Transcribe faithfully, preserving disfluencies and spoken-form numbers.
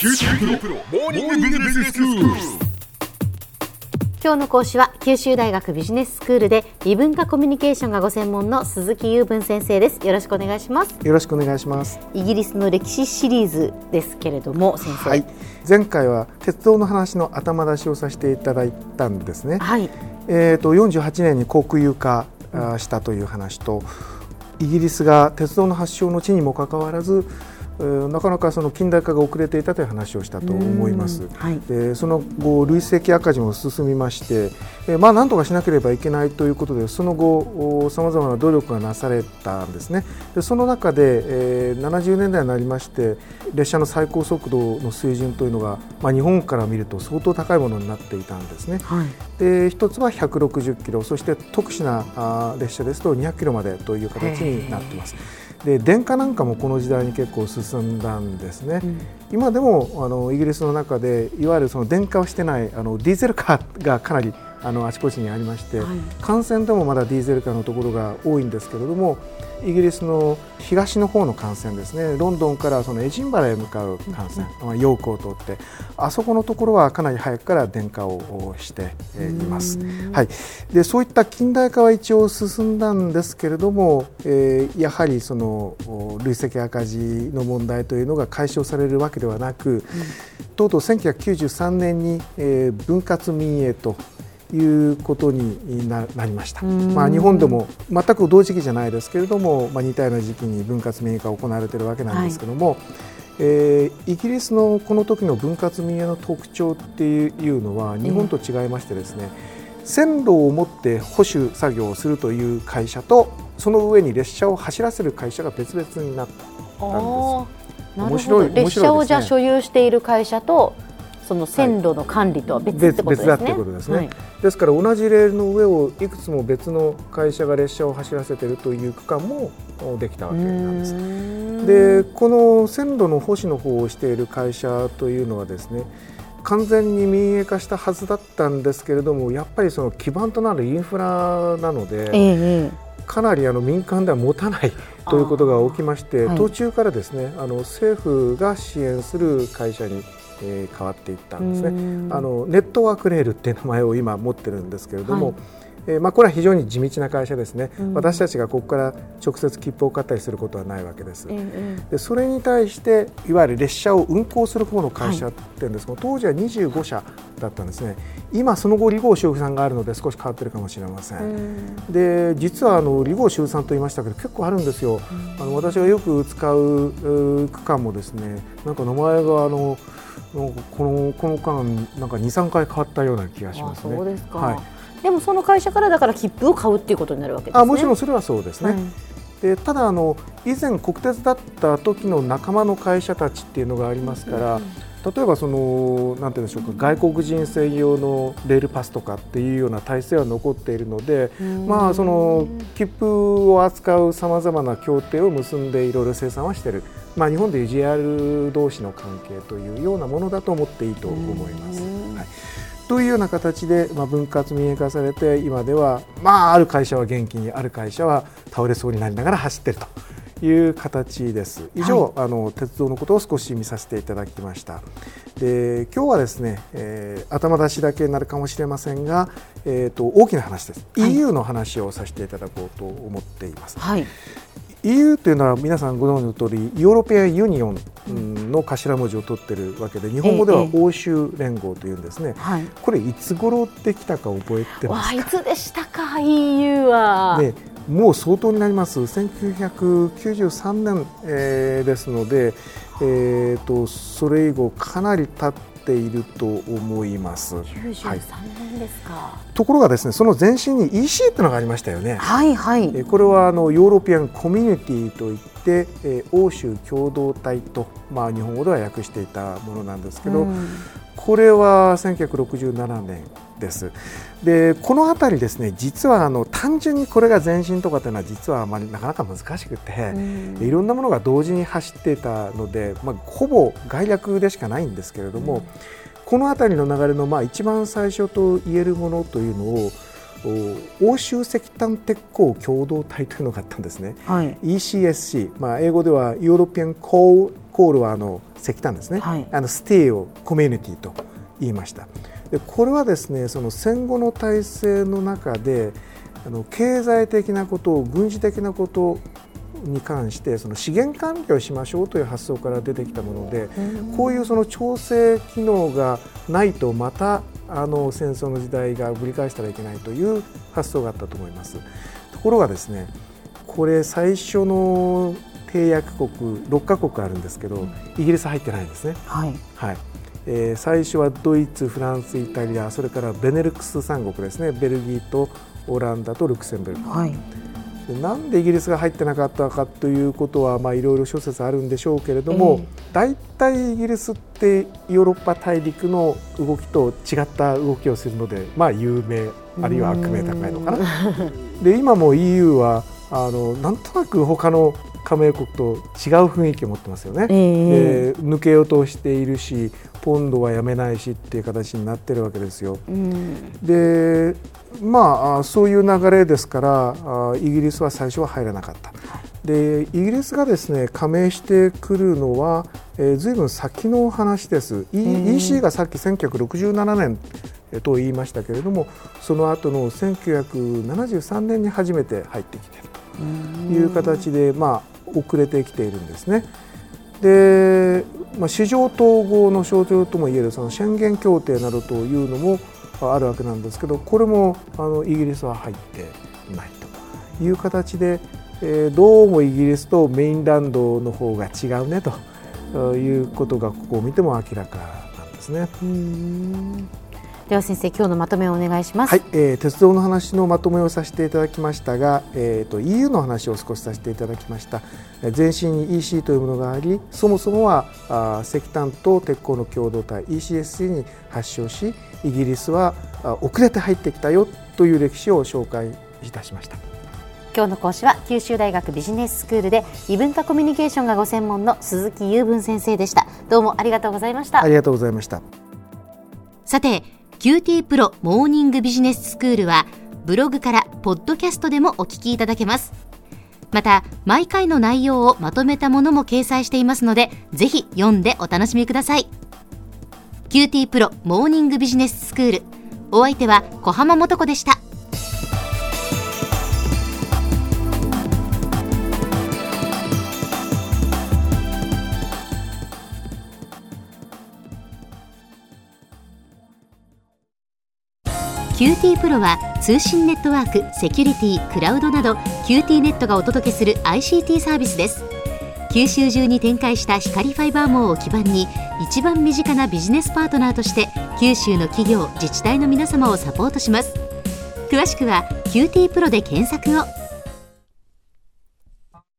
キューティープロモーニングビジネススクール。 今日の講師は九州大学ビジネススクールで異文化コミュニケーションがご専門の鈴木雄文先生です。よろしくお願いします。 よろしくお願いします。 イギリスの歴史シリーズですけれども、先生、 はい、前回は鉄道の話の頭出しをさせていただいたんですね。 はい、 えー、とよんじゅうはちねんに航空優化したという話と、イギリスが鉄道の発祥の地にもかかわらずなかなかその近代化が遅れていたという話をしたと思います。 はい、 でその後累積赤字も進みまして、えまあ何とかしなければいけないということで、その後さまざまな努力がなされたんですね。でその中で、えー、ななじゅうねんだいになりまして列車の最高速度の水準というのが、まあ、日本から見ると相当高いものになっていたんですね。 はい、 で一つはひゃくろくじゅっキロ、そして特殊なあ列車ですとにひゃくキロまでという形になっています。で電化なんかもこの時代に結構進んだんですね。うん、今でもあのイギリスの中でいわゆるその電化をしてないあのディーゼルカーがかなりあのあちこちにありまして、はい、幹線でもまだディーゼルカーのところが多いんですけれども、イギリスの東の方の幹線ですね、ロンドンからそのエジンバラへ向かう幹線、うん、ヨークを通ってあそこのところはかなり早くから電化をしています。はい、でそういった近代化は一応進んだんですけれども、えー、やはりその累積赤字の問題というのが解消されるわけではなく、うん、とうとうせんきゅうひゃくきゅうじゅうさんねんに、えー、分割民営ということに な, なりました。まあ、日本でも全く同時期じゃないですけれども、まあ、似たような時期に分割民営が行われているわけなんですけども、はい、えー、イギリスのこの時の分割民営の特徴っていうのは日本と違いましてですね、えー、線路を持って保守作業をするという会社とその上に列車を走らせる会社が別々になったんです。 面白い、列車をじゃあ所有している会社とその線路の管理とは別ってことですね。 別だってことですね。はい、ですから同じレールの上をいくつも別の会社が列車を走らせているという区間もできたわけなんです。でこの線路の保守の方をしている会社というのはですね、完全に民営化したはずだったんですけれども、やっぱりその基盤となるインフラなので、えー、かなりあの民間では持たないということが起きまして、はい、途中からですね、あの政府が支援する会社にえー、変わっていったんですね。あのネットワークレールっていう名前を今持ってるんですけれども、はい、えーまあ、これは非常に地道な会社ですね。うん、私たちがここから直接切符を買ったりすることはないわけです。えー、でそれに対していわゆる列車を運行する方の会社っていうんですが、はい、当時はにじゅうごしゃだったんですね。今その後リゴー集散があるので少し変わってるかもしれません。うん、で実はあのリゴー集散と言いましたけど結構あるんですよ。うん、あの私がよく使う区間もですね、なんか名前があのこの、この間なんかにさんかい変わったような気がしますね。 あ、そうですか。 はい、 でもその会社からだから切符を買うっていうことになるわけですね。 あ、もちろんそれはそうですね。はい、でただあの以前国鉄だった時の仲間の会社たちっていうのがありますから、うん、例えばそのなんていうんでしょうか、外国人専用のレールパスとかっていうような体制は残っているので、まあその切符を扱うさまざまな協定を結んでいろいろ生産はしている。まあ、日本でいう ジェイアール 同士の関係というようなものだと思っていいと思います。はい、というような形で、まあ、分割民営化されて今では、まあ、ある会社は元気にある会社は倒れそうになりながら走っているという形です。以上、はい、あの鉄道のことを少し見させていただきました。で今日はですね、えー、頭出しだけになるかもしれませんが、えー、と大きな話です。はい、イーユー の話をさせていただこうと思っています。はい、イーユー というのは皆さんご存知の通りヨーロピアンユニオンの頭文字を取っているわけで、日本語では欧州連合というんですね。ええ、はい、これいつ頃できたか覚えてますか？ いつでしたか イーユー は。 でもう相当になります。せんきゅうひゃくきゅうじゅうさんねん、えー、ですので、えー、とそれ以後かなり経っていると思います。 きゅうじゅうさんねんですか。はい、 ところがですね、その前身に イーシー というのがありましたよね。 はいはい、 これはあのヨーロピアンコミュニティといって、えー、欧州共同体と、まあ、日本語では訳していたものなんですけど、うん、これはせんきゅうひゃくろくじゅうななねんです。でこのあたりですね、実はあの単純にこれが前身とかというのは実はあまりなかなか難しくて、うん、いろんなものが同時に走っていたので、まあ、ほぼ概略でしかないんですけれども、うん、このあたりの流れのまあ一番最初と言えるものというのを欧州石炭鉄鋼共同体というのがあったんですね、 はい、 イーシーエスシー、まあ、英語ではヨーロピアンコール、コールはあの石炭ですね、 はい、 あのステールコミュニティと言いました。でこれはですね、その戦後の体制の中であの経済的なこと、軍事的なことに関してその資源管理をしましょうという発想から出てきたもので、こういうその調整機能がないとまたあの戦争の時代がぶり返したらいけないという発想があったと思います。ところがですね、これ最初の締約国ろっかこくあるんですけど、イギリス入ってないんですね。はいはい、えー、最初はドイツ、フランス、イタリア、それからベネルクスさんこくですね、ベルギーとオランダとルクセンブルク、はい、でなんでイギリスが入ってなかったかということは、まあ、いろいろ諸説あるんでしょうけれども、大体、えー、イギリスってヨーロッパ大陸の動きと違った動きをするので、まあ、有名あるいは悪名高いのかな。で今も イーユー はあのなんとなく他の加盟国と違う雰囲気を持ってますよね、えー、抜けようとしているし、ポンドはやめないしっていう形になっているわけですよ。うん、でまあそういう流れですから、イギリスは最初は入らなかった。でイギリスがですね加盟してくるのは、えー、ずいぶん先の話です。イーシー がさっきせんきゅうひゃくろくじゅうななねんと言いましたけれども、その後のせんきゅうひゃくななじゅうさんねんに初めて入ってきているという形で、まあ遅れてきているんですね。で、まあ、市場統合の象徴ともいえるそのシェンゲン協定などというのもあるわけなんですけど、これもあのイギリスは入ってないという形で、えー、どうもイギリスとメインランドの方が違うねということがここを見ても明らかなんですね。うーん、 では先生、今日のまとめをお願いします。 はい、えー、鉄道の話のまとめをさせていただきましたが、えー、と イーユー の話を少しさせていただきました。前身に イーシー というものがあり、そもそもはあ石炭と鉄鋼の共同体 イーシーエスシー に発祥し、イギリスは遅れて入ってきたよという歴史を紹介いたしました。 今日の講師は九州大学ビジネススクールで異文化コミュニケーションがご専門の鈴木雄文先生でした。どうもありがとうございました。 ありがとうございました。 さて、キューティー プロモーニングビジネススクールはブログからポッドキャストでもお聞きいただけます。また毎回の内容をまとめたものも掲載していますので、ぜひ読んでお楽しみください。キューティー プロモーニングビジネススクール、お相手は小浜もとこでした。キューティー プロは通信ネットワーク、セキュリティ、クラウドなど キューティー ネットがお届けする アイシーティー サービスです。九州中に展開した光ファイバー網を基盤に、一番身近なビジネスパートナーとして九州の企業、自治体の皆様をサポートします。詳しくは キューティー プロで検索を。